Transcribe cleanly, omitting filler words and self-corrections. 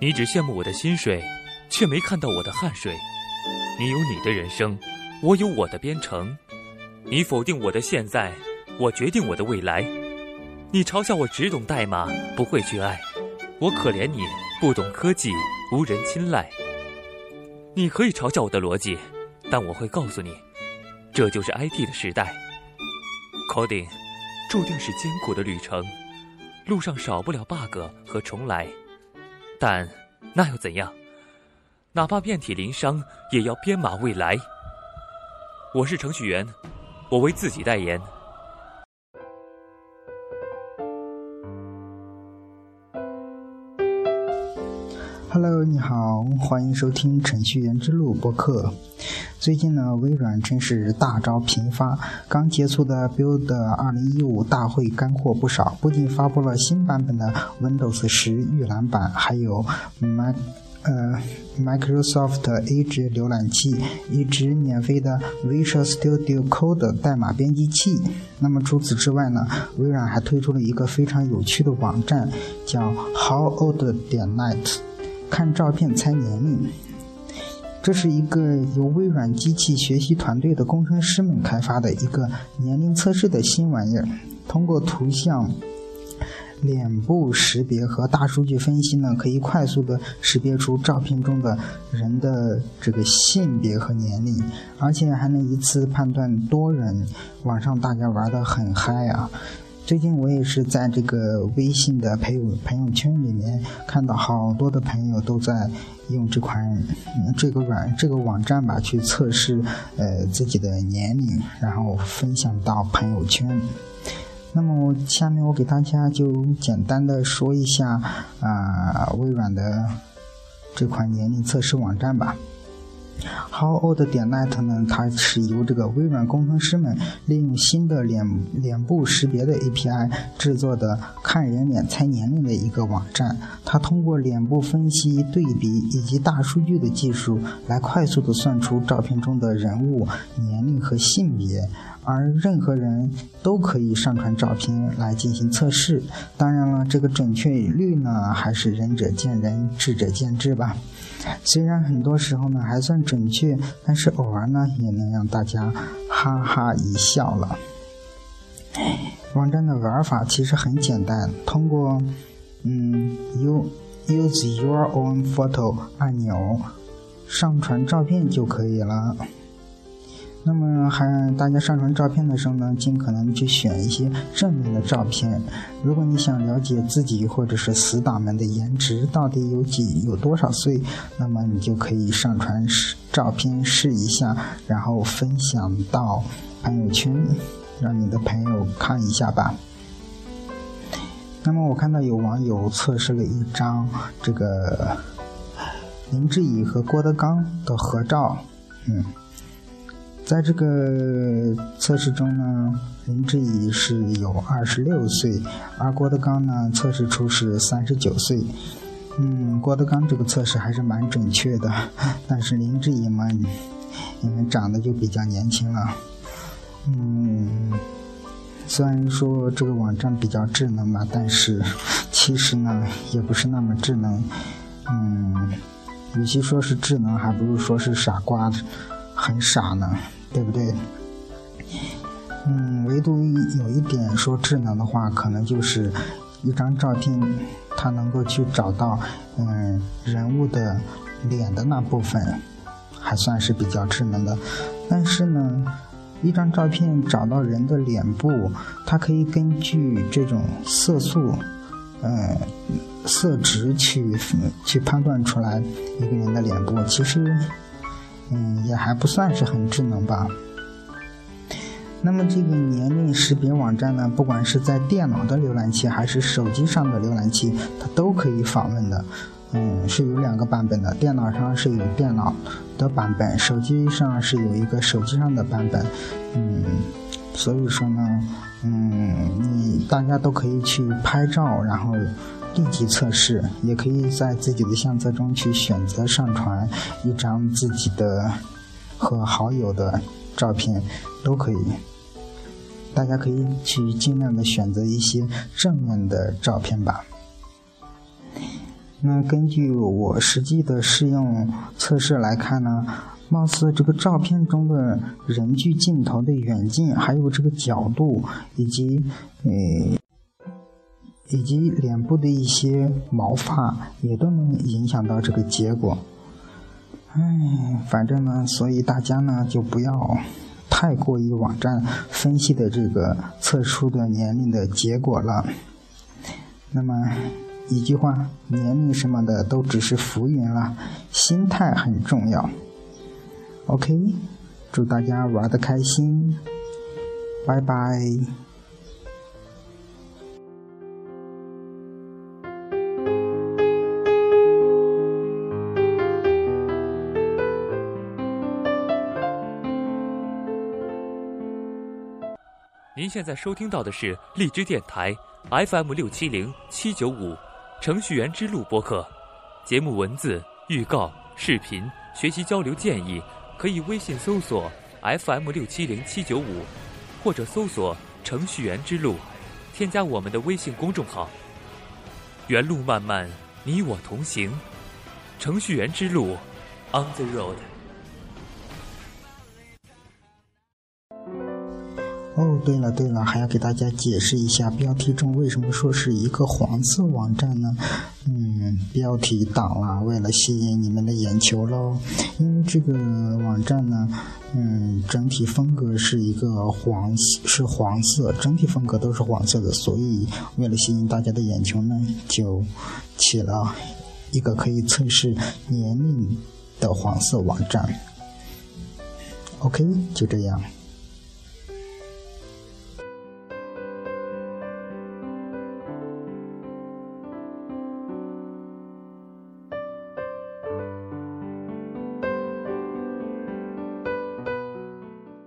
你只羡慕我的薪水，却没看到我的汗水。你有你的人生，我有我的编程。你否定我的现在，我决定我的未来。你嘲笑我只懂代码，不会去爱。我可怜你不懂科技，无人青睐。你可以嘲笑我的逻辑，但我会告诉你，这就是 IT 的时代。Coding 注定是艰苦的旅程，路上少不了 bug 和重来，但那又怎样？哪怕遍体鳞伤，也要编码未来。我是程序员，我为自己代言。 Hello， 你好，欢迎收听程序员之路播客。最近呢，微软真是大招频发，刚结束的 Build 2015大会干货不少，不仅发布了新版本的 Windows 10预览版，还有Microsoft Edge 浏览器，一支免费的 Visual Studio Code 代码编辑器。那么除此之外呢，微软还推出了一个非常有趣的网站，叫 HowOld.net， 看照片猜年龄。这是一个由微软机器学习团队的工程师们开发的一个年龄测试的新玩意儿，通过图像、脸部识别和大数据分析呢，可以快速的识别出照片中的人的这个性别和年龄，而且还能一次判断多人。网上大家玩得很嗨啊！最近我也是在这个微信的朋友圈里面看到好多的朋友都在用这个网站吧去测试自己的年龄，然后分享到朋友圈。那么下面我给大家就简单的说一下微软的这款年龄测试网站吧。HowOld.net 呢，它是由这个微软工程师们利用新的脸部识别的 API 制作的看人脸猜年龄的一个网站。它通过脸部分析、对比以及大数据的技术来快速的算出照片中的人物年龄和性别，而任何人都可以上传照片来进行测试。当然了，这个准确率呢，还是仁者见仁，智者见智吧。虽然很多时候呢还算准确，但是偶尔呢也能让大家哈哈一笑了。网站的玩法其实很简单，通过Use Your Own Photo 按钮上传照片就可以了。那么大家上传照片的时候呢，尽可能去选一些正面的照片。如果你想了解自己或者是死党们的颜值到底有多少岁，那么你就可以上传照片试一下，然后分享到朋友圈，让你的朋友看一下吧。那么我看到有网友测试了一张这个林志颖和郭德纲的合照。在这个测试中呢，林志颖是有26岁，而郭德纲呢测试出是39岁。郭德纲这个测试还是蛮准确的，但是林志颖嘛，因为长得就比较年轻了。虽然说这个网站比较智能吧，但是其实呢也不是那么智能。与其说是智能，还不如说是傻瓜，很傻呢，对不对？唯独有一点说智能的话，可能就是一张照片它能够去找到人物的脸的那部分，还算是比较智能的。但是呢，一张照片找到人的脸部，它可以根据这种色素色值去判断出来一个人的脸部，其实也还不算是很智能吧。那么这个年龄识别网站呢，不管是在电脑的浏览器还是手机上的浏览器，它都可以访问的。是有2个版本的，电脑上是有电脑的版本，手机上是有一个手机上的版本。所以说呢，大家都可以去拍照，然后立即测试，也可以在自己的相册中去选择上传一张自己的和好友的照片，都可以。大家可以去尽量的选择一些正面的照片吧。 那根据我实际的试用测试来看呢，貌似这个照片中的人距镜头的远近，还有这个角度，以及脸部的一些毛发，也都能影响到这个结果。反正呢，所以大家呢就不要太过于网站分析的这个测出的年龄的结果了。那么一句话，年龄什么的都只是浮云了，心态很重要。OK， 祝大家玩得开心，拜拜。 您现在收听到的是荔枝电台 FM670-795程序员之路播客，节目文字、预告、视频、学习交流建议可以微信搜索 FM670-795，或者搜索程序员之路，添加我们的微信公众号。原路漫漫，你我同行，程序员之路 On the road。 对了，还要给大家解释一下标题中为什么说是一个黄色网站呢？标题党了，为了吸引你们的眼球咯。因为这个网站呢，整体风格是黄色，整体风格都是黄色的，所以为了吸引大家的眼球呢，就起了一个可以测试年龄的黄色网站。OK， 就这样。